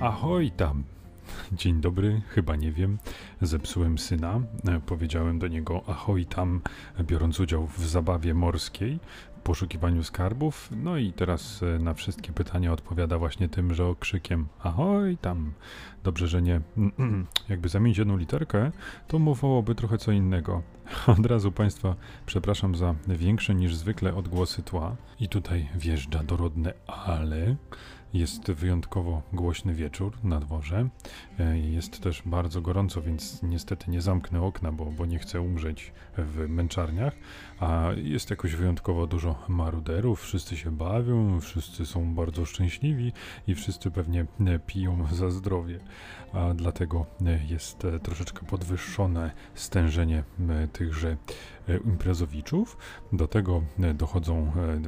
Ahoj tam. Dzień dobry, chyba nie wiem. Zepsułem syna. Powiedziałem do niego ahoj tam, biorąc udział w zabawie morskiej, w poszukiwaniu skarbów. No i teraz na wszystkie pytania odpowiada właśnie tym, że okrzykiem ahoj tam. Dobrze, że nie jakby zamienić jedną literkę, to mówiłoby trochę co innego. Od razu Państwa przepraszam za większe niż zwykle odgłosy tła. I tutaj wjeżdża dorodne ale. Jest wyjątkowo głośny wieczór na dworze. Jest też bardzo gorąco, więc niestety nie zamknę okna, bo nie chcę umrzeć w męczarniach. A jest jakoś wyjątkowo dużo maruderów, wszyscy się bawią, wszyscy są bardzo szczęśliwi i wszyscy pewnie piją za zdrowie. A dlatego jest troszeczkę podwyższone stężenie tychże imprezowiczów. Do tego dochodzą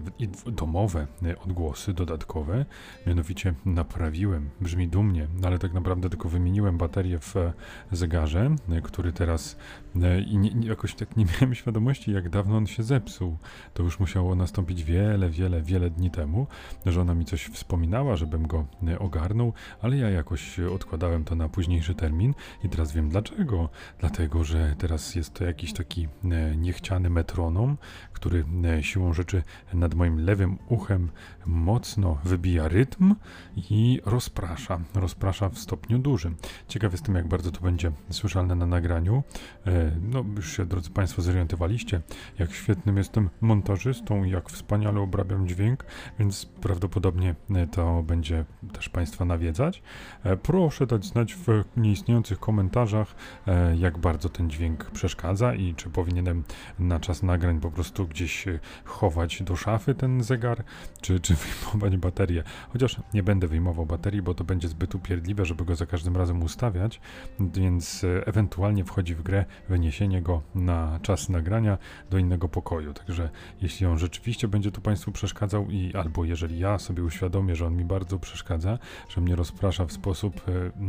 domowe odgłosy dodatkowe. Mianowicie naprawiłem, brzmi dumnie, ale tak naprawdę tylko wymieniłem baterię w zegarze, który teraz jakoś tak nie miałem świadomości, jak dawno on się zepsuł. To już musiało nastąpić wiele dni temu, że ona mi coś wspominała, żebym go ogarnął, ale ja jakoś odkładałem to na późniejszy termin i teraz wiem dlaczego. Dlatego, że teraz jest to jakiś taki niechciany metronom, który siłą rzeczy nad moim lewym uchem mocno wybija rytm i rozprasza w stopniu dużym. Ciekaw jestem, jak bardzo to będzie słyszalne na nagraniu. No już się, drodzy Państwo, zorientowaliście, jak świetnym jestem montażystą i jak wspaniale obrabiam dźwięk, więc prawdopodobnie to będzie też Państwa nawiedzać. Proszę dać znać w nieistniejących komentarzach, jak bardzo ten dźwięk przeszkadza i czy powinienem na czas nagrań po prostu gdzieś chować do szafy ten zegar, czy wyjmować baterię. Chociaż nie będę wyjmował baterii, bo to będzie zbyt upierdliwe, żeby go za każdym razem ustawiać, więc ewentualnie wchodzi w grę wyniesienie go na czas nagrania do innego pokoju. Także jeśli on rzeczywiście będzie tu Państwu przeszkadzał albo jeżeli ja sobie uświadomię, że on mi bardzo przeszkadza, że mnie rozprasza w sposób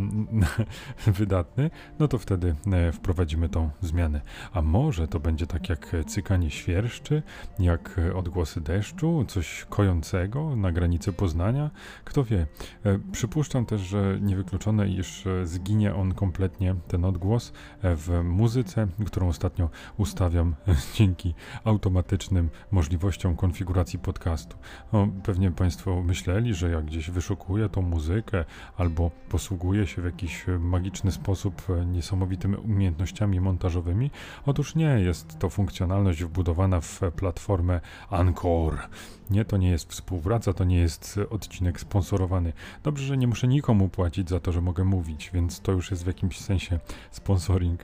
wydatny, no to wtedy wprowadzimy tą zmianę. A może to będzie tak jak cykanie świerszczy, jak odgłosy deszczu, coś kojącego na granicy Poznania? Kto wie. Przypuszczam też, że niewykluczone, iż zginie on kompletnie, ten odgłos, w muzyce, którą ostatnio ustawiam dzięki automatycznym możliwościom konfiguracji podcastu. No, pewnie Państwo myśleli, że jak gdzieś wyszukuję tą muzykę albo posługuję się w jakiś magiczny sposób niesamowitymi umiejętnościami montażowymi. Otóż nie, jest to funkcjonalność wbudowana w platformę Anchor. Nie, to nie jest współpraca, to nie jest odcinek sponsorowany. Dobrze, że nie muszę nikomu płacić za to, że mogę mówić, więc to już jest w jakimś sensie sponsoring.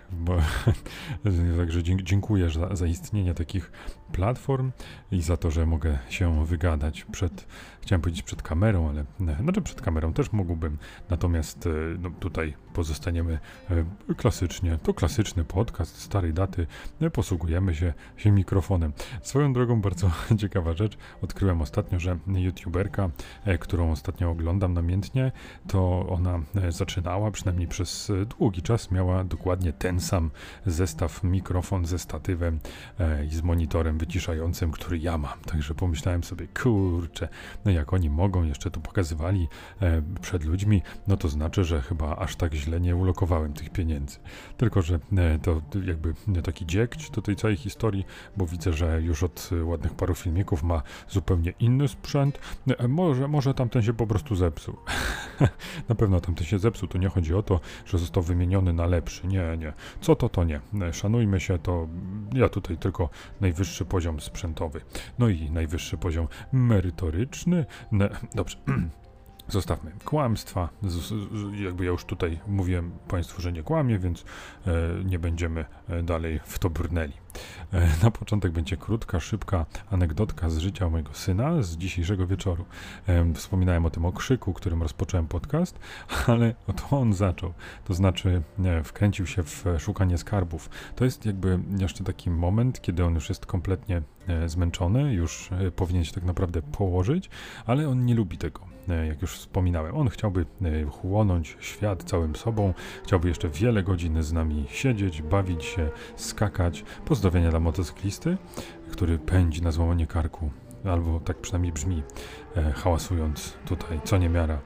Także dziękuję za istnienie takich platform i za to, że mogę się wygadać chciałem powiedzieć przed kamerą, ale przed kamerą też mógłbym, natomiast tutaj pozostaniemy klasycznie. To klasyczny podcast starej daty, posługujemy się mikrofonem. Swoją drogą bardzo ciekawa rzecz, odkryłem ostatnio, że youtuberka, którą ostatnio oglądam namiętnie, to ona zaczynała, przynajmniej przez długi czas miała dokładnie ten sam zestaw, mikrofon ze statywem i z monitorem wyciszającym, który ja mam. Także pomyślałem sobie, kurczę, jak oni mogą, jeszcze tu pokazywali przed ludźmi, no to znaczy, że chyba aż tak źle nie ulokowałem tych pieniędzy. Tylko że to jakby taki dziegć do tej całej historii, bo widzę, że już od ładnych paru filmików ma zupełnie inny sprzęt. Może tamten się po prostu zepsuł. Na pewno tamten się zepsuł, to nie chodzi o to, że został wymieniony na lepszy. Nie. Co to nie. Szanujmy się, to ja tutaj tylko najwyższy poziom sprzętowy. No i najwyższy poziom merytoryczny. Dobrze. Zostawmy kłamstwa, jakby ja już tutaj mówiłem Państwu, że nie kłamię, więc nie będziemy dalej w to brnęli. Na początek będzie krótka, szybka anegdotka z życia mojego syna z dzisiejszego wieczoru. Wspominałem o tym okrzyku, którym rozpocząłem podcast, ale to on zaczął. To znaczy wkręcił się w szukanie skarbów. To jest jakby jeszcze taki moment, kiedy on już jest kompletnie zmęczony, już powinien się tak naprawdę położyć, ale on nie lubi tego. Jak już wspominałem, on chciałby chłonąć świat całym sobą, chciałby jeszcze wiele godzin z nami siedzieć, bawić się, skakać. Pozdrowienia dla motocyklisty, który pędzi na złamanie karku, albo tak przynajmniej brzmi, hałasując tutaj co niemiara.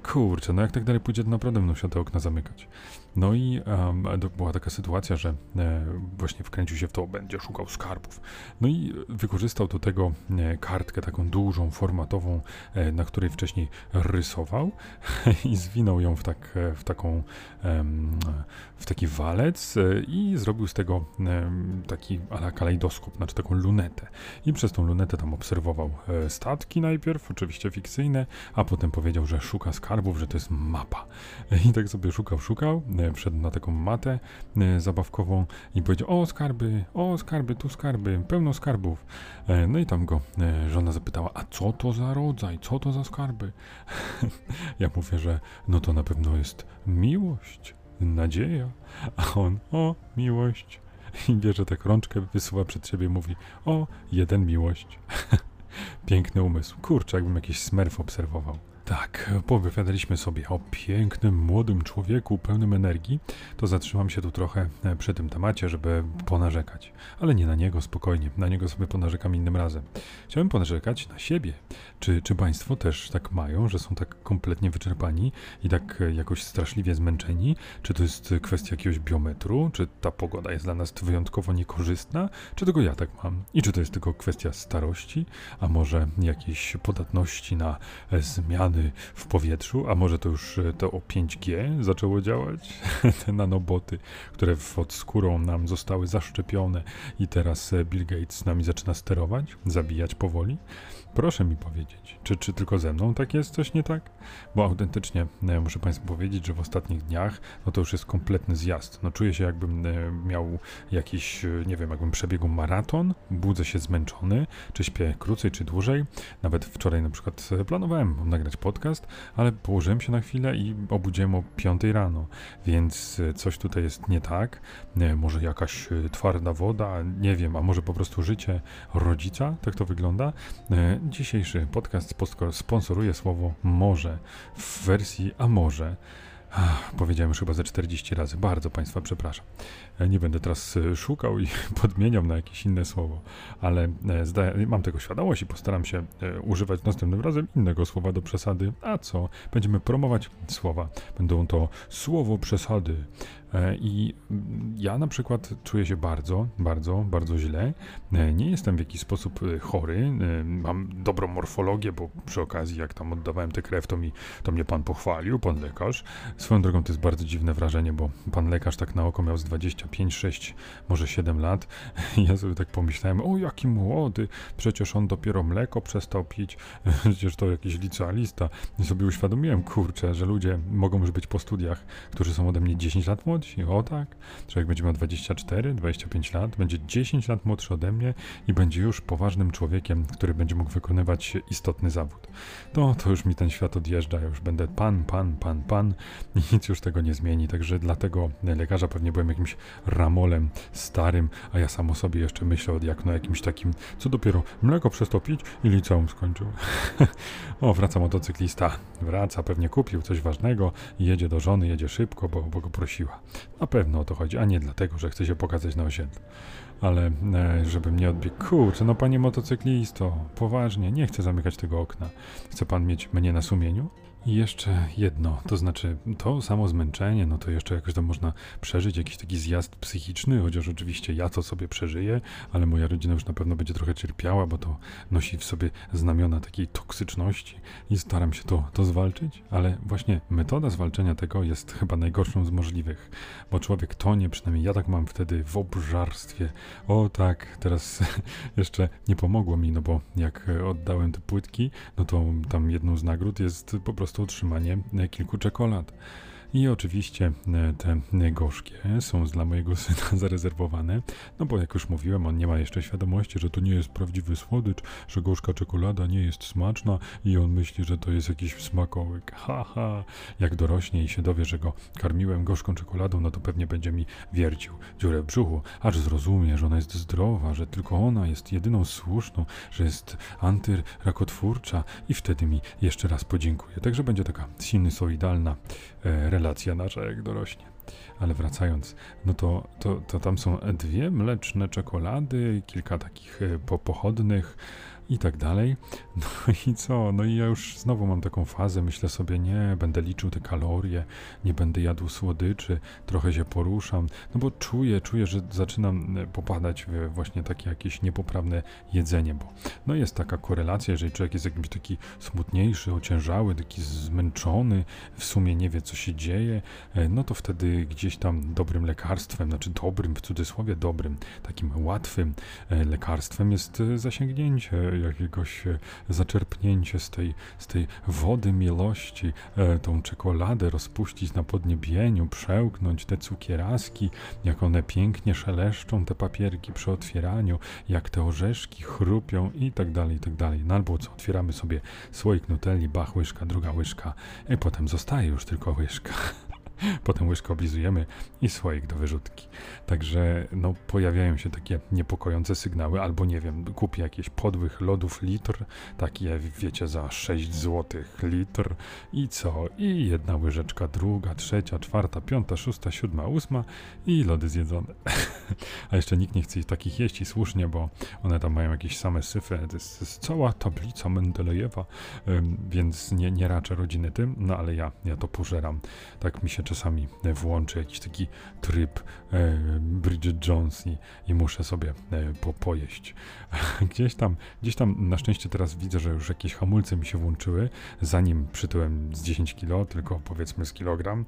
kurczę, no jak tak dalej pójdzie, to naprawdę będą się te okna zamykać. No i była taka sytuacja, że właśnie wkręcił się w to, będzie szukał skarbów. No i wykorzystał do tego kartkę taką dużą, formatową, na której wcześniej rysował i zwinął ją w taki walec i zrobił z tego taki a la kalejdoskop, znaczy taką lunetę. I przez tą lunetę tam obserwował statki najpierw, oczywiście fikcyjne, a potem powiedział, że szuka skarbów, że to jest mapa. I tak sobie szukał, wszedł na taką matę zabawkową i powiedział, o skarby, tu skarby, pełno skarbów. No i tam go żona zapytała, a co to za rodzaj, co to za skarby? Ja mówię, że no to na pewno jest miłość, nadzieja, a on, o, miłość. I bierze tak rączkę, wysuwa przed siebie, mówi, o, jeden miłość. Piękny umysł. Kurczę, jakbym jakiś Smurf obserwował. Tak, opowiadaliśmy sobie o pięknym, młodym człowieku pełnym energii, to zatrzymam się tu trochę przy tym temacie, żeby ponarzekać. Ale nie na niego, spokojnie, na niego sobie ponarzekam innym razem. Chciałem ponarzekać na siebie. Czy państwo też tak mają, że są tak kompletnie wyczerpani i tak jakoś straszliwie zmęczeni? Czy to jest kwestia jakiegoś biometru? Czy ta pogoda jest dla nas wyjątkowo niekorzystna? Czy tylko ja tak mam? I czy to jest tylko kwestia starości? A może jakiejś podatności na zmiany w powietrzu, a może to już to o 5G zaczęło działać? Te nanoboty, które pod skórą nam zostały zaszczepione i teraz Bill Gates z nami zaczyna sterować, zabijać powoli? Proszę mi powiedzieć, czy tylko ze mną tak jest, coś nie tak? Bo autentycznie muszę Państwu powiedzieć, że w ostatnich dniach no to już jest kompletny zjazd. No czuję się jakbym miał jakiś, nie wiem, jakbym przebiegł maraton, budzę się zmęczony, czy śpię krócej, czy dłużej. Nawet wczoraj na przykład planowałem nagrać podcast, ale położyłem się na chwilę i obudziłem o 5 rano, więc coś tutaj jest nie tak. Może jakaś twarda woda, nie wiem, a może po prostu życie rodzica, tak to wygląda. Dzisiejszy podcast sponsoruje słowo może w wersji a może. Powiedziałem już chyba ze 40 razy. Bardzo Państwa przepraszam. Nie będę teraz szukał i podmieniał na jakieś inne słowo, ale mam tego świadomość i postaram się używać następnym razem innego słowa do przesady. A co? Będziemy promować słowa. Będą to słowo przesady. I ja na przykład czuję się bardzo, bardzo, bardzo źle. Nie jestem w jakiś sposób chory. Mam dobrą morfologię, bo przy okazji jak tam oddawałem tę krew, to mnie pan pochwalił, pan lekarz. Swoją drogą to jest bardzo dziwne wrażenie, bo pan lekarz tak na oko miał z 25, 6, może 7 lat. I ja sobie tak pomyślałem, o jaki młody, przecież on dopiero mleko przestał pić, przecież to jakiś licealista. I sobie uświadomiłem, kurczę, że ludzie mogą już być po studiach, którzy są ode mnie 10 lat młodsi. O tak, człowiek będzie miał 24, 25 lat, będzie 10 lat młodszy ode mnie i będzie już poważnym człowiekiem, który będzie mógł wykonywać istotny zawód. To już mi ten świat odjeżdża, ja już będę pan i nic już tego nie zmieni, także dlatego lekarza pewnie byłem jakimś ramolem starym, a ja sam o sobie jeszcze myślę o jakimś takim, co dopiero mleko przestał pić i liceum skończył. O, wraca motocyklista, pewnie kupił coś ważnego i jedzie do żony, jedzie szybko, bo go prosiła. Na pewno o to chodzi, a nie dlatego, że chce się pokazać na osiedlu. Ale żebym nie odbiegł, kurczę, no panie motocyklisto, poważnie, nie chcę zamykać tego okna. Chce pan mieć mnie na sumieniu? I jeszcze jedno, to znaczy to samo zmęczenie, no to jeszcze jakoś tam można przeżyć jakiś taki zjazd psychiczny, chociaż oczywiście ja to sobie przeżyję, ale moja rodzina już na pewno będzie trochę cierpiała, bo to nosi w sobie znamiona takiej toksyczności i staram się to zwalczyć, ale właśnie metoda zwalczenia tego jest chyba najgorszą z możliwych, bo człowiek tonie, przynajmniej ja tak mam wtedy, w obżarstwie. O tak, teraz jeszcze nie pomogło mi, no bo jak oddałem te płytki, no to tam jedną z nagród jest po prostu otrzymanie kilku czekolad. I oczywiście te gorzkie są dla mojego syna zarezerwowane, no bo jak już mówiłem, on nie ma jeszcze świadomości, że to nie jest prawdziwy słodycz, że gorzka czekolada nie jest smaczna i on myśli, że to jest jakiś smakołyk. Jak dorośnie i się dowie, że go karmiłem gorzką czekoladą, no to pewnie będzie mi wiercił dziurę w brzuchu, aż zrozumie, że ona jest zdrowa, że tylko ona jest jedyną słuszną, że jest antyrakotwórcza i wtedy mi jeszcze raz podziękuję. Także będzie taka sinusoidalna relacja nasza, jak dorośnie. Ale wracając, no to tam są 2 mleczne czekolady, kilka takich pochodnych, i tak dalej. No i co? No i ja już znowu mam taką fazę, myślę sobie, nie, będę liczył te kalorie, nie będę jadł słodyczy, trochę się poruszam, no bo czuję, że zaczynam popadać w właśnie takie jakieś niepoprawne jedzenie, bo no jest taka korelacja, jeżeli człowiek jest jakiś taki smutniejszy, ociężały, taki zmęczony, w sumie nie wie, co się dzieje, no to wtedy gdzieś tam dobrym lekarstwem, znaczy dobrym, w cudzysłowie dobrym, takim łatwym lekarstwem jest zasięgnięcie jakiegoś, zaczerpnięcie z tej wody miłości, tą czekoladę rozpuścić na podniebieniu, przełknąć te cukieraski, jak one pięknie szeleszczą, te papierki przy otwieraniu, jak te orzeszki chrupią i tak dalej, i tak dalej. No albo co, otwieramy sobie słoik nutelli, bach, łyżka, druga łyżka i potem zostaje już tylko łyżka. Potem łyżkę oblizujemy i słoik do wyrzutki. Także no, pojawiają się takie niepokojące sygnały, albo nie wiem, kupię jakieś podłych lodów litr, takie wiecie za 6 zł litr i co? I jedna łyżeczka, druga, trzecia, czwarta, piąta, szósta, siódma, ósma i lody zjedzone. A jeszcze nikt nie chce ich takich jeść i słusznie, bo one tam mają jakieś same syfy. To jest cała tablica Mendelejewa, więc nie raczę rodziny tym, no ale ja to pożeram. Tak mi się czasami włączy jakiś taki tryb Bridget Jones i muszę sobie pojeść. Gdzieś tam na szczęście teraz widzę, że już jakieś hamulce mi się włączyły, zanim przytyłem z 10 kilo, tylko powiedzmy z kilogram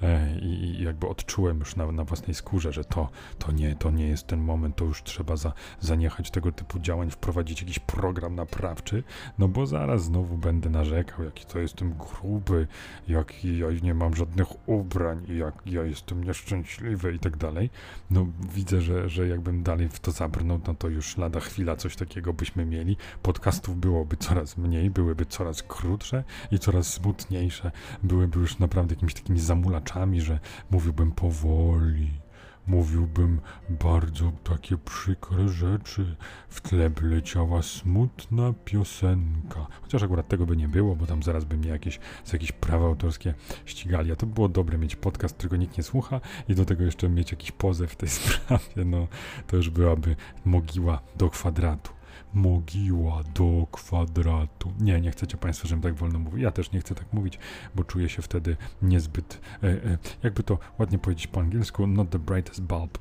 i jakby odczułem już na własnej skórze, że to nie jest ten moment, to już trzeba zaniechać tego typu działań, wprowadzić jakiś program naprawczy, no bo zaraz znowu będę narzekał, jaki to jestem gruby, jaki ja nie mam żadnych ubrań i jak ja jestem nieszczęśliwy i tak dalej. No widzę, że jakbym dalej w to zabrnął, no to już lada chwila coś takiego byśmy mieli. Podcastów byłoby coraz mniej, byłyby coraz krótsze i coraz smutniejsze. Byłyby już naprawdę jakimiś takimi zamulaczami, że mówiłbym powoli. Mówiłbym bardzo takie przykre rzeczy. W tle by leciała smutna piosenka. Chociaż akurat tego by nie było, bo tam zaraz by mnie jakieś prawa autorskie ścigali. A to było dobre mieć podcast, którego nikt nie słucha i do tego jeszcze mieć jakiś pozew w tej sprawie. No to już byłaby mogiła do kwadratu. Mogiła do kwadratu. Nie chcecie Państwo, żebym tak wolno mówił. Ja też nie chcę tak mówić, bo czuję się wtedy niezbyt, jakby to ładnie powiedzieć po angielsku, not the brightest bulb.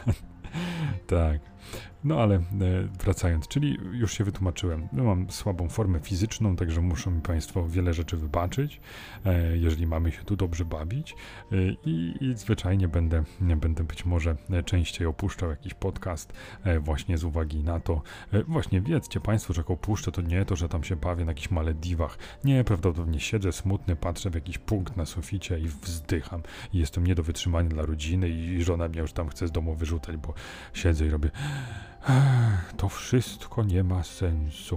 Tak. No ale wracając, czyli już się wytłumaczyłem, no, mam słabą formę fizyczną, także muszą mi Państwo wiele rzeczy wybaczyć, jeżeli mamy się tu dobrze bawić i zwyczajnie będę być może częściej opuszczał jakiś podcast właśnie z uwagi na to, właśnie wiedzcie Państwo, że jak opuszczę, to nie to, że tam się bawię na jakichś Malediwach, nie, prawdopodobnie siedzę smutny, patrzę w jakiś punkt na suficie i wzdycham i jestem nie do wytrzymania dla rodziny i żona mnie już tam chce z domu wyrzucać, bo siedzę i robię to wszystko nie ma sensu.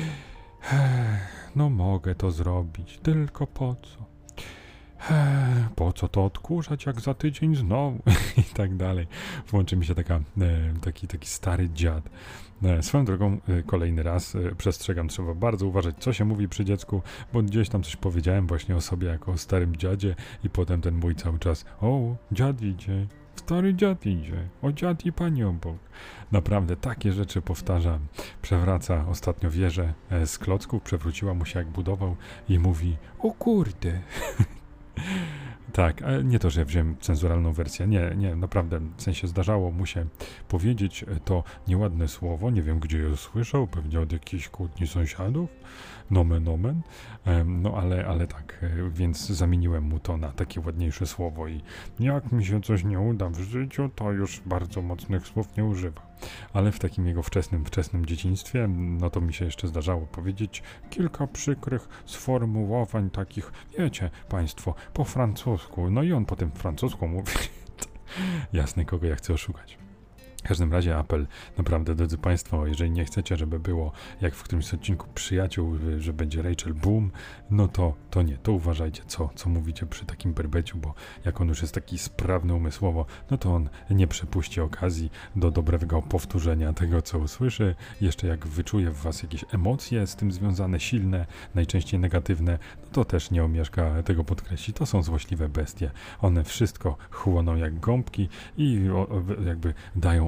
No mogę to zrobić, tylko po co? Po co to odkurzać, jak za tydzień znowu? I tak dalej. Włączy mi się taki stary dziad. Swoją drogą, kolejny raz przestrzegam, trzeba bardzo uważać, co się mówi przy dziecku, bo gdzieś tam coś powiedziałem właśnie o sobie jako o starym dziadzie i potem ten mój cały czas, o, dziad idzie. Stary dziad idzie, o dziad i pani obok. Naprawdę, takie rzeczy powtarza. Przewraca ostatnio wieżę z klocków, przewróciła mu się jak budował i mówi, o kurde. Tak, ale nie to, że ja wziąłem cenzuralną wersję, nie, naprawdę, w sensie zdarzało mu się powiedzieć to nieładne słowo, nie wiem gdzie je słyszał, pewnie od jakichś kłótni sąsiadów, nomen omen, no ale tak, więc zamieniłem mu to na takie ładniejsze słowo i jak mi się coś nie uda w życiu, to już bardzo mocnych słów nie używa. Ale w takim jego wczesnym dzieciństwie, no to mi się jeszcze zdarzało powiedzieć kilka przykrych sformułowań takich, wiecie Państwo, po francusku. No i on po tym francusku mówi, jasne, kogo ja chcę oszukać. W każdym razie apel, naprawdę, drodzy Państwo, jeżeli nie chcecie, żeby było jak w którymś odcinku Przyjaciół, że będzie Rachel Boom, no to nie, to uważajcie, co mówicie przy takim berbeciu, bo jak on już jest taki sprawny umysłowo, no to on nie przepuści okazji do dobrego powtórzenia tego, co usłyszy. Jeszcze jak wyczuje w Was jakieś emocje z tym związane, silne, najczęściej negatywne, no to też nie omieszka tego podkreślić. To są złośliwe bestie. One wszystko chłoną jak gąbki i jakby dają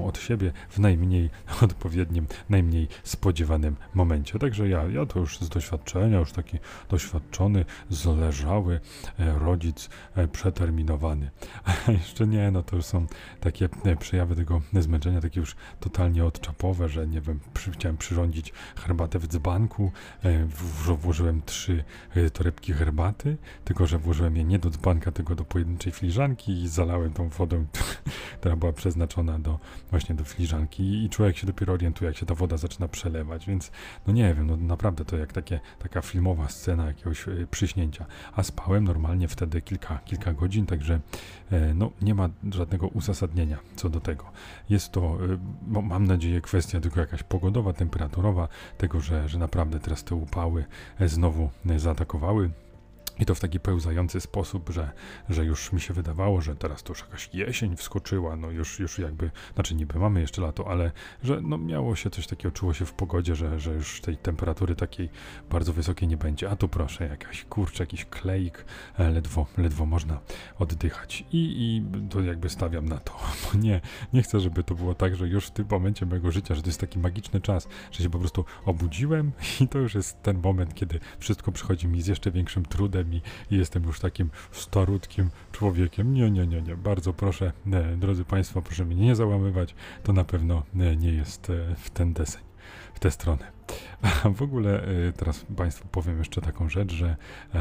dają od siebie w najmniej odpowiednim, najmniej spodziewanym momencie. Także ja to już z doświadczenia, już taki doświadczony, zależały rodzic przeterminowany. A jeszcze nie, no to już są takie przejawy tego zmęczenia, takie już totalnie odczapowe, że nie wiem, chciałem przyrządzić herbatę w dzbanku, włożyłem 3 torebki herbaty, tylko że włożyłem je nie do dzbanka, tylko do pojedynczej filiżanki i zalałem tą wodą, która była przeznaczona właśnie do filiżanki i człowiek się dopiero orientuje, jak się ta woda zaczyna przelewać, więc no nie wiem, no naprawdę to jak taka filmowa scena jakiegoś przyśnięcia, a spałem normalnie wtedy kilka godzin, także no nie ma żadnego uzasadnienia co do tego. Jest to, mam nadzieję, kwestia tylko jakaś pogodowa, temperaturowa, tego, że naprawdę teraz te upały znowu zaatakowały. I to w taki pełzający sposób, że już mi się wydawało, że teraz to już jakaś jesień wskoczyła, no już jakby, znaczy niby mamy jeszcze lato, ale że no miało się coś takiego, czuło się w pogodzie, że już tej temperatury takiej bardzo wysokiej nie będzie. A tu proszę, jakiś kleik, ledwo można oddychać. I to jakby stawiam na to, bo nie chcę, żeby to było tak, że już w tym momencie mojego życia, że to jest taki magiczny czas, że się po prostu obudziłem i to już jest ten moment, kiedy wszystko przychodzi mi z jeszcze większym trudem i jestem już takim starutkim człowiekiem. Nie. Bardzo proszę, drodzy Państwo, proszę mnie nie załamywać. To na pewno nie jest w ten deseń, w tę stronę. A w ogóle teraz Państwu powiem jeszcze taką rzecz, że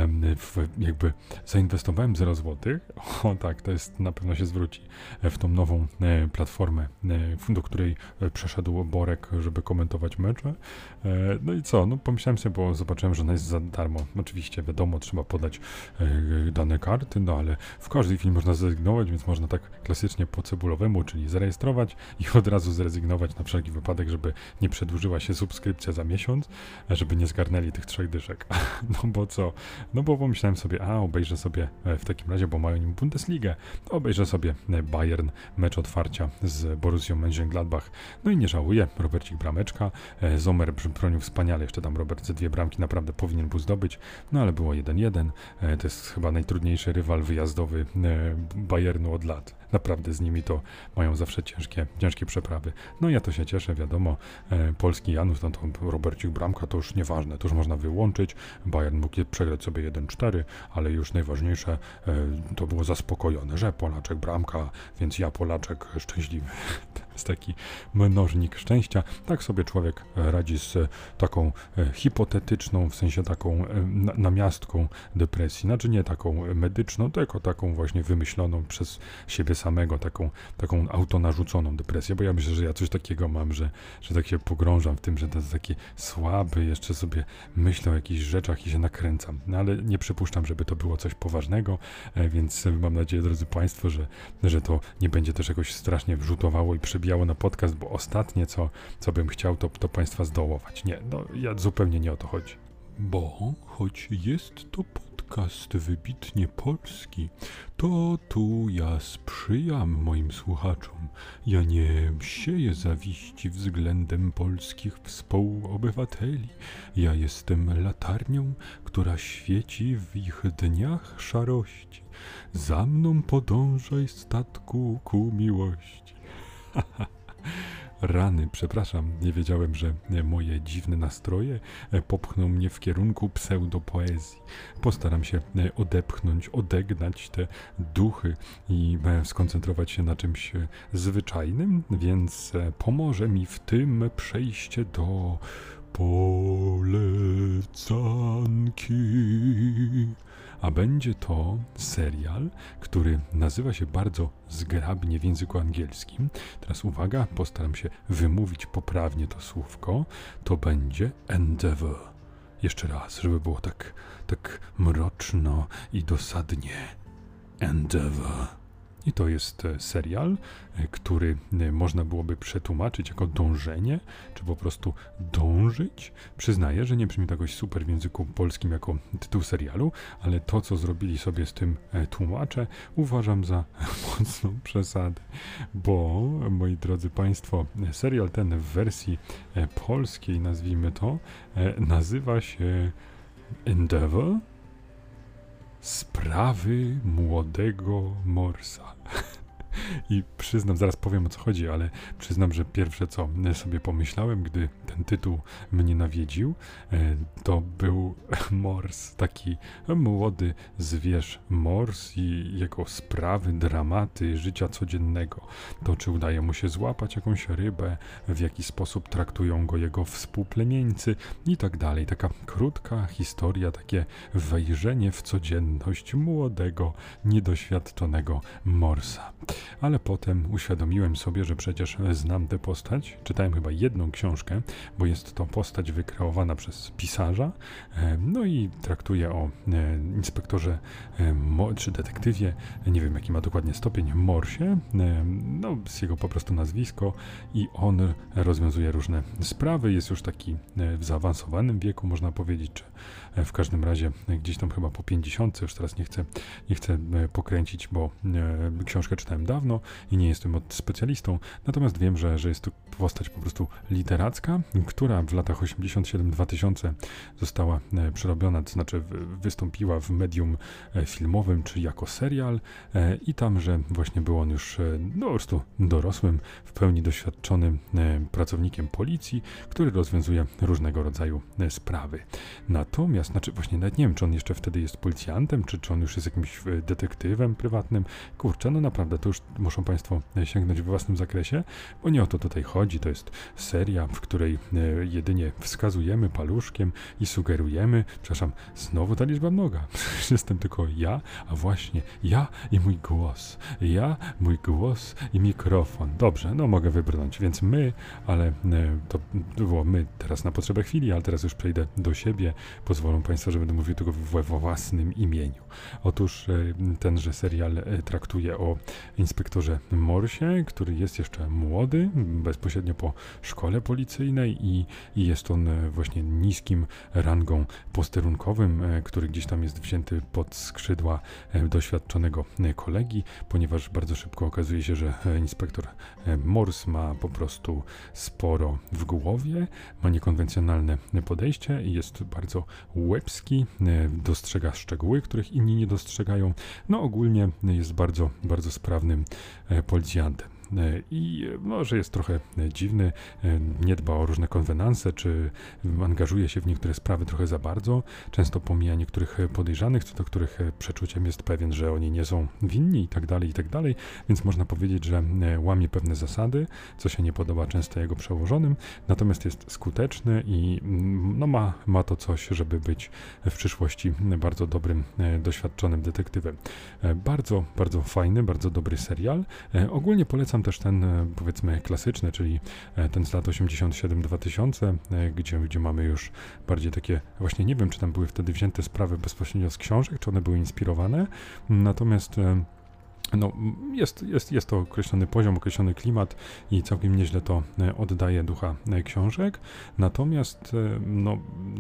jakby zainwestowałem 0 zł, o tak, to jest, na pewno się zwróci, w tą nową platformę, do której przeszedł Borek, żeby komentować mecze. No i co, no pomyślałem sobie, bo zobaczyłem, że ona jest za darmo. Oczywiście wiadomo, trzeba podać dane karty, no ale w każdej chwili można zrezygnować, więc można tak klasycznie po cebulowemu, czyli zarejestrować i od razu zrezygnować na wszelki wypadek, żeby nie przedłużyła się subskrypcja za miesiąc, żeby nie zgarnęli tych 3 dyszek. No bo co? No bo pomyślałem sobie, obejrzę sobie w takim razie, bo mają nim Bundesligę, obejrzę sobie Bayern, mecz otwarcia z Borussią Mönchengladbach. No i nie żałuję, Robercik brameczka, Zomer bronił wspaniale, jeszcze tam Robert ze 2 bramki naprawdę powinien był zdobyć, no ale było 1-1, to jest chyba najtrudniejszy rywal wyjazdowy Bayernu od lat. Naprawdę z nimi to mają zawsze ciężkie przeprawy. No ja to się cieszę, wiadomo, polski Janusz, no to Robercik bramka to już nieważne, to już można wyłączyć. Bayern mógł przegrać sobie 1-4, ale już najważniejsze to było zaspokojone, że Polaczek bramka, więc ja Polaczek szczęśliwy. To jest taki mnożnik szczęścia. Tak sobie człowiek radzi z taką hipotetyczną, w sensie taką namiastką depresji. Znaczy nie taką medyczną, tylko taką właśnie wymyśloną przez siebie samego, taką autonarzuconą depresję, bo ja myślę, że ja coś takiego mam, że tak się pogrążam w tym, że to jest taki słaby, jeszcze sobie myślę o jakichś rzeczach i się nakręcam. No ale nie przypuszczam, żeby to było coś poważnego, więc mam nadzieję, drodzy Państwo, że to nie będzie też jakoś strasznie wrzutowało i przebijało na podcast, bo ostatnie, co bym chciał, to Państwa zdołować. Nie, no ja zupełnie nie o to chodzi. Bo choć jest to podcast wybitnie polski, to tu ja sprzyjam moim słuchaczom. Ja nie sieję zawiści względem polskich współobywateli. Ja jestem latarnią, która świeci w ich dniach szarości. Za mną podążaj, statku, ku miłości. Rany, przepraszam, nie wiedziałem, że moje dziwne nastroje popchną mnie w kierunku pseudopoezji. Postaram się odegnać te duchy i skoncentrować się na czymś zwyczajnym, więc pomoże mi w tym przejście do polecanki. A będzie to serial, który nazywa się bardzo zgrabnie w języku angielskim. Teraz uwaga, postaram się wymówić poprawnie to słówko. To będzie Endeavour. Jeszcze raz, żeby było tak mroczno i dosadnie. Endeavour. I to jest serial, który można byłoby przetłumaczyć jako dążenie, czy po prostu dążyć. Przyznaję, że nie brzmi to jakoś super w języku polskim jako tytuł serialu, ale to, co zrobili sobie z tym tłumacze, uważam za mocną przesadę. Bo, moi drodzy Państwo, serial ten w wersji polskiej, nazwijmy to, nazywa się Endeavour. Sprawy młodego Morsa. I przyznam, zaraz powiem o co chodzi, ale przyznam, że pierwsze co sobie pomyślałem, gdy ten tytuł mnie nawiedził, to był Morse, taki młody zwierz Morse i jego sprawy, dramaty życia codziennego. To czy udaje mu się złapać jakąś rybę, w jaki sposób traktują go jego współplemieńcy i tak dalej. Taka krótka historia, takie wejrzenie w codzienność młodego, niedoświadczonego Morsa. Ale potem uświadomiłem sobie, że przecież znam tę postać. Czytałem chyba jedną książkę, bo jest to postać wykreowana przez pisarza, no i traktuje o inspektorze czy detektywie, nie wiem jaki ma dokładnie stopień, Morsie, no z jego po prostu nazwisko i on rozwiązuje różne sprawy, jest już taki w zaawansowanym wieku, można powiedzieć, czy w każdym razie gdzieś tam chyba po 50, już teraz nie chcę pokręcić, bo książkę czytałem dawno i nie jestem specjalistą, natomiast wiem, że jest to postać po prostu literacka, która w latach 87-2000 została przerobiona, to znaczy wystąpiła w medium filmowym, czy jako serial i tamże właśnie był on już no, po prostu dorosłym, w pełni doświadczonym pracownikiem policji, który rozwiązuje różnego rodzaju sprawy. Natomiast, znaczy właśnie nawet nie wiem, czy on jeszcze wtedy jest policjantem, czy on już jest jakimś detektywem prywatnym. Kurczę, no naprawdę, to już muszą Państwo sięgnąć w własnym zakresie, bo nie o to tutaj chodzi. To jest seria, w której jedynie wskazujemy paluszkiem i sugerujemy, przepraszam, znowu ta liczba mnoga. Jestem tylko ja, a właśnie ja i mój głos. Ja, mój głos i mikrofon. Dobrze, no mogę wybrnąć, więc my, ale to było my teraz na potrzebę chwili, ale teraz już przejdę do siebie. Pozwolą Państwo, że będę mówił tylko we własnym imieniu. Otóż tenże serial traktuje o inspektorze Morsie, który jest jeszcze młody, bezpośrednio po szkole policyjnej i jest on właśnie niskim rangą posterunkowym, który gdzieś tam jest wzięty pod skrzydła doświadczonego kolegi, ponieważ bardzo szybko okazuje się, że inspektor Morse ma po prostu sporo w głowie, ma niekonwencjonalne podejście i jest bardzo łebski, dostrzega szczegóły, których inni nie dostrzegają. No ogólnie jest bardzo, bardzo sprawnym policjantem. I może jest trochę dziwny, nie dba o różne konwenanse, czy angażuje się w niektóre sprawy trochę za bardzo, często pomija niektórych podejrzanych, co do których przeczuciem jest pewien, że oni nie są winni i tak dalej, więc można powiedzieć, że łamie pewne zasady, co się nie podoba często jego przełożonym, natomiast jest skuteczny i no ma to coś, żeby być w przyszłości bardzo dobrym, doświadczonym detektywem. Bardzo, bardzo fajny, bardzo dobry serial. Ogólnie polecam też ten, powiedzmy, klasyczny, czyli ten z lat 87-2000, gdzie mamy już bardziej takie, właśnie nie wiem, czy tam były wtedy wzięte sprawy bezpośrednio z książek, czy one były inspirowane, natomiast no, jest to określony poziom, określony klimat i całkiem nieźle to oddaje ducha książek. Natomiast no,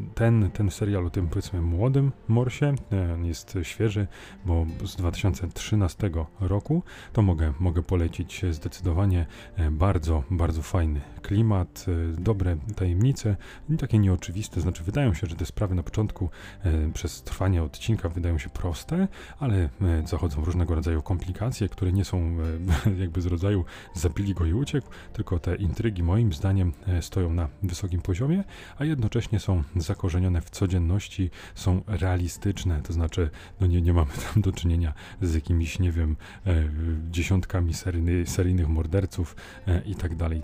ten serial o tym, powiedzmy, młodym Morsie jest świeży, bo z 2013 roku, to mogę polecić zdecydowanie. Bardzo, bardzo fajny klimat, dobre tajemnice, takie nieoczywiste, znaczy wydają się, że te sprawy na początku przez trwanie odcinka wydają się proste, ale zachodzą różnego rodzaju komplikacje, które nie są jakby z rodzaju zabili go i uciekł, tylko te intrygi moim zdaniem stoją na wysokim poziomie, a jednocześnie są zakorzenione w codzienności, są realistyczne, to znaczy no nie mamy tam do czynienia z jakimiś, nie wiem, dziesiątkami seryjnych morderców i tak dalej,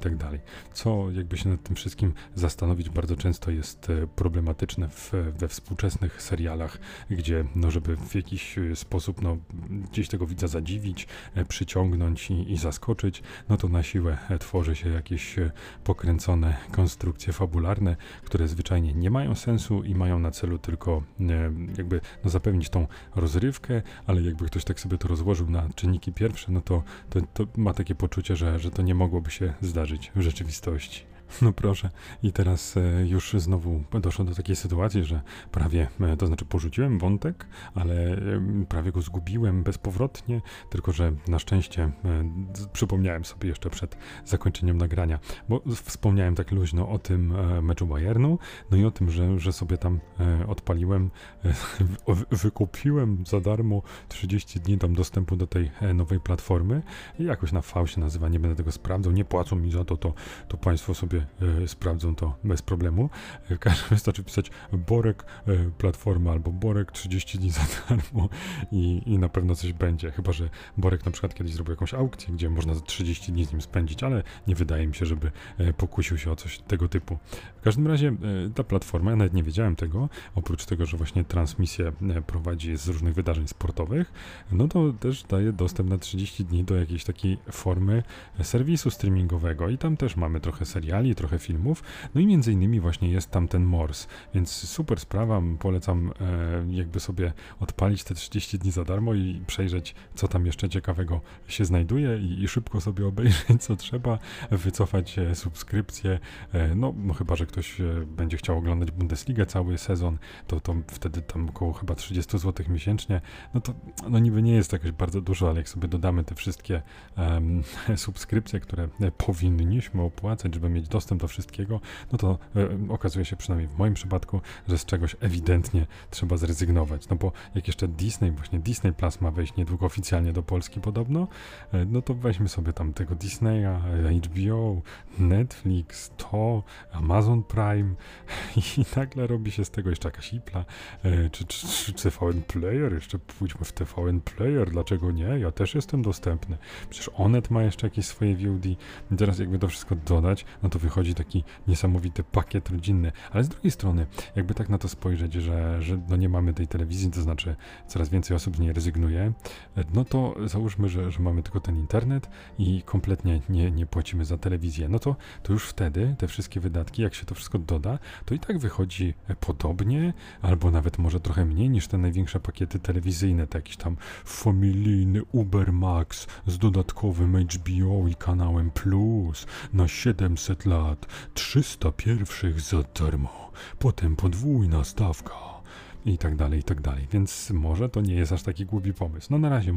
co jakby się nad tym wszystkim zastanowić bardzo często jest problematyczne we współczesnych serialach, gdzie no żeby w jakiś sposób no gdzieś tego widza zadziwić, przyciągnąć i zaskoczyć, no to na siłę tworzy się jakieś pokręcone konstrukcje fabularne, które zwyczajnie nie mają sensu i mają na celu tylko jakby no zapewnić tą rozrywkę, ale jakby ktoś tak sobie to rozłożył na czynniki pierwsze, no to ma takie poczucie, że to nie mogłoby się zdarzyć w rzeczywistości. No proszę. I teraz już znowu doszło do takiej sytuacji, że prawie, to znaczy porzuciłem wątek, ale prawie go zgubiłem bezpowrotnie, tylko że na szczęście przypomniałem sobie jeszcze przed zakończeniem nagrania, bo wspomniałem tak luźno o tym meczu Bayernu, no i o tym, że sobie tam odpaliłem, wykupiłem za darmo 30 dni tam dostępu do tej nowej platformy i jakoś na V się nazywa, nie będę tego sprawdzał, nie płacą mi za to, to państwo sobie sprawdzą to bez problemu. Każdy wystarczy pisać Borek platforma albo Borek 30 dni za darmo i na pewno coś będzie, chyba że Borek na przykład kiedyś zrobił jakąś aukcję, gdzie można za 30 dni z nim spędzić, ale nie wydaje mi się, żeby pokusił się o coś tego typu. W każdym razie ta platforma, ja nawet nie wiedziałem tego, oprócz tego, że właśnie transmisję prowadzi z różnych wydarzeń sportowych, no to też daje dostęp na 30 dni do jakiejś takiej formy serwisu streamingowego i tam też mamy trochę seriali, trochę filmów, no i między innymi właśnie jest tam ten Morse, więc super sprawa, polecam jakby sobie odpalić te 30 dni za darmo i przejrzeć, co tam jeszcze ciekawego się znajduje i szybko sobie obejrzeć, co trzeba, wycofać subskrypcję, no chyba, że ktoś będzie chciał oglądać Bundesligę cały sezon, to wtedy tam około chyba 30 zł miesięcznie, no to no niby nie jest to jakoś bardzo dużo, ale jak sobie dodamy te wszystkie subskrypcje, które powinniśmy opłacać, żeby mieć dostęp do wszystkiego, no to okazuje się, przynajmniej w moim przypadku, że z czegoś ewidentnie trzeba zrezygnować, no bo jak jeszcze Disney Plus ma wejść niedługo oficjalnie do Polski podobno, no to weźmy sobie tam tego Disneya, HBO, Netflix, Amazon Prime i nagle robi się z tego jeszcze jakaś Ipla, czy TVN Player, jeszcze pójdźmy w TVN Player, dlaczego nie? Ja też jestem dostępny. Przecież Onet ma jeszcze jakieś swoje VOD i teraz jakby to wszystko dodać, no to wychodzi taki niesamowity pakiet rodzinny, ale z drugiej strony, jakby tak na to spojrzeć, że no nie mamy tej telewizji, to znaczy coraz więcej osób z niej rezygnuje, no to załóżmy, że mamy tylko ten internet i kompletnie nie płacimy za telewizję, no to już wtedy te wszystkie wydatki, jak się to wszystko doda, to i tak wychodzi podobnie, albo nawet może trochę mniej niż te największe pakiety telewizyjne, te jakiś tam familijny Uber Max z dodatkowym HBO i kanałem Plus na 700 lat, 300 pierwszych za darmo, potem podwójna stawka. I tak dalej, więc może to nie jest aż taki głupi pomysł. No na razie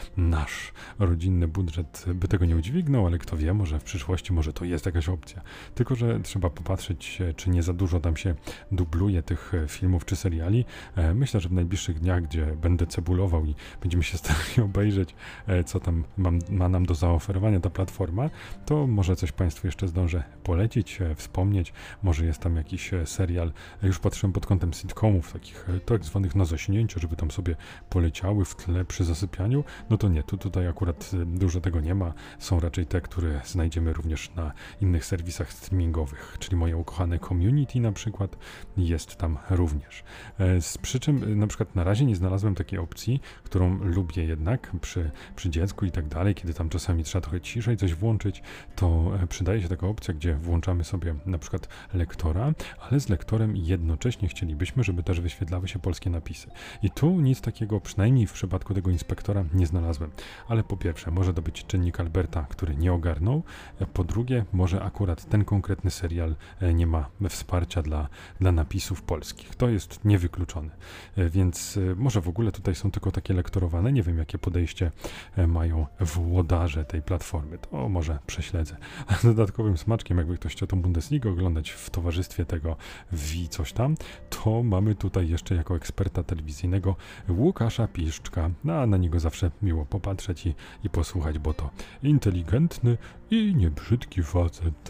nasz rodzinny budżet by tego nie udźwignął, ale kto wie, może w przyszłości może to jest jakaś opcja. Tylko że trzeba popatrzeć, czy nie za dużo tam się dubluje tych filmów czy seriali. Myślę, że w najbliższych dniach, gdzie będę cebulował i będziemy się starali obejrzeć, co tam ma nam do zaoferowania ta platforma, to może coś Państwu jeszcze zdążę polecić, wspomnieć. Może jest tam jakiś serial, już patrzyłem pod kątem sitcomów, takich tak zwanych na zaśnięcie, żeby tam sobie poleciały w tle przy zasypianiu, no to nie, tutaj akurat dużo tego nie ma, są raczej te, które znajdziemy również na innych serwisach streamingowych, czyli moje ukochane Community na przykład jest tam również. Przy czym na przykład na razie nie znalazłem takiej opcji, którą lubię jednak przy dziecku i tak dalej, kiedy tam czasami trzeba trochę ciszej coś włączyć, to przydaje się taka opcja, gdzie włączamy sobie na przykład lektora, ale z lektorem jednocześnie chcielibyśmy, żeby też wyświetlały się polskie napisy. I tu nic takiego, przynajmniej w przypadku tego inspektora, nie znalazłem. Ale po pierwsze, może to być czynnik Alberta, który nie ogarnął. Po drugie, może akurat ten konkretny serial nie ma wsparcia dla napisów polskich. To jest niewykluczone. Więc może w ogóle tutaj są tylko takie lektorowane. Nie wiem, jakie podejście mają włodarze tej platformy. To może prześledzę. A dodatkowym smaczkiem, jakby ktoś chciał tą Bundesligę oglądać w towarzystwie tego coś tam, to mamy tutaj jeszcze jako eksperta telewizyjnego Łukasza Piszczka. Na niego zawsze miło popatrzeć i posłuchać, bo to inteligentny i niebrzydki facet.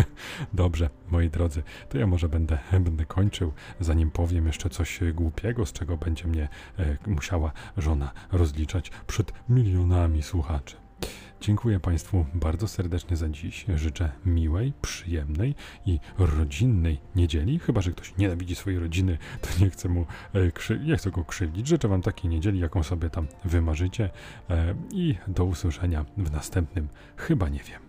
Dobrze, moi drodzy, to ja może będę kończył, zanim powiem jeszcze coś głupiego, z czego będzie mnie musiała żona rozliczać przed milionami słuchaczy. Dziękuję Państwu bardzo serdecznie za dziś. Życzę miłej, przyjemnej i rodzinnej niedzieli. Chyba że ktoś nienawidzi swojej rodziny, to nie chcę go krzywdzić. Życzę Wam takiej niedzieli, jaką sobie tam wymarzycie i do usłyszenia w następnym. Chyba nie wiem.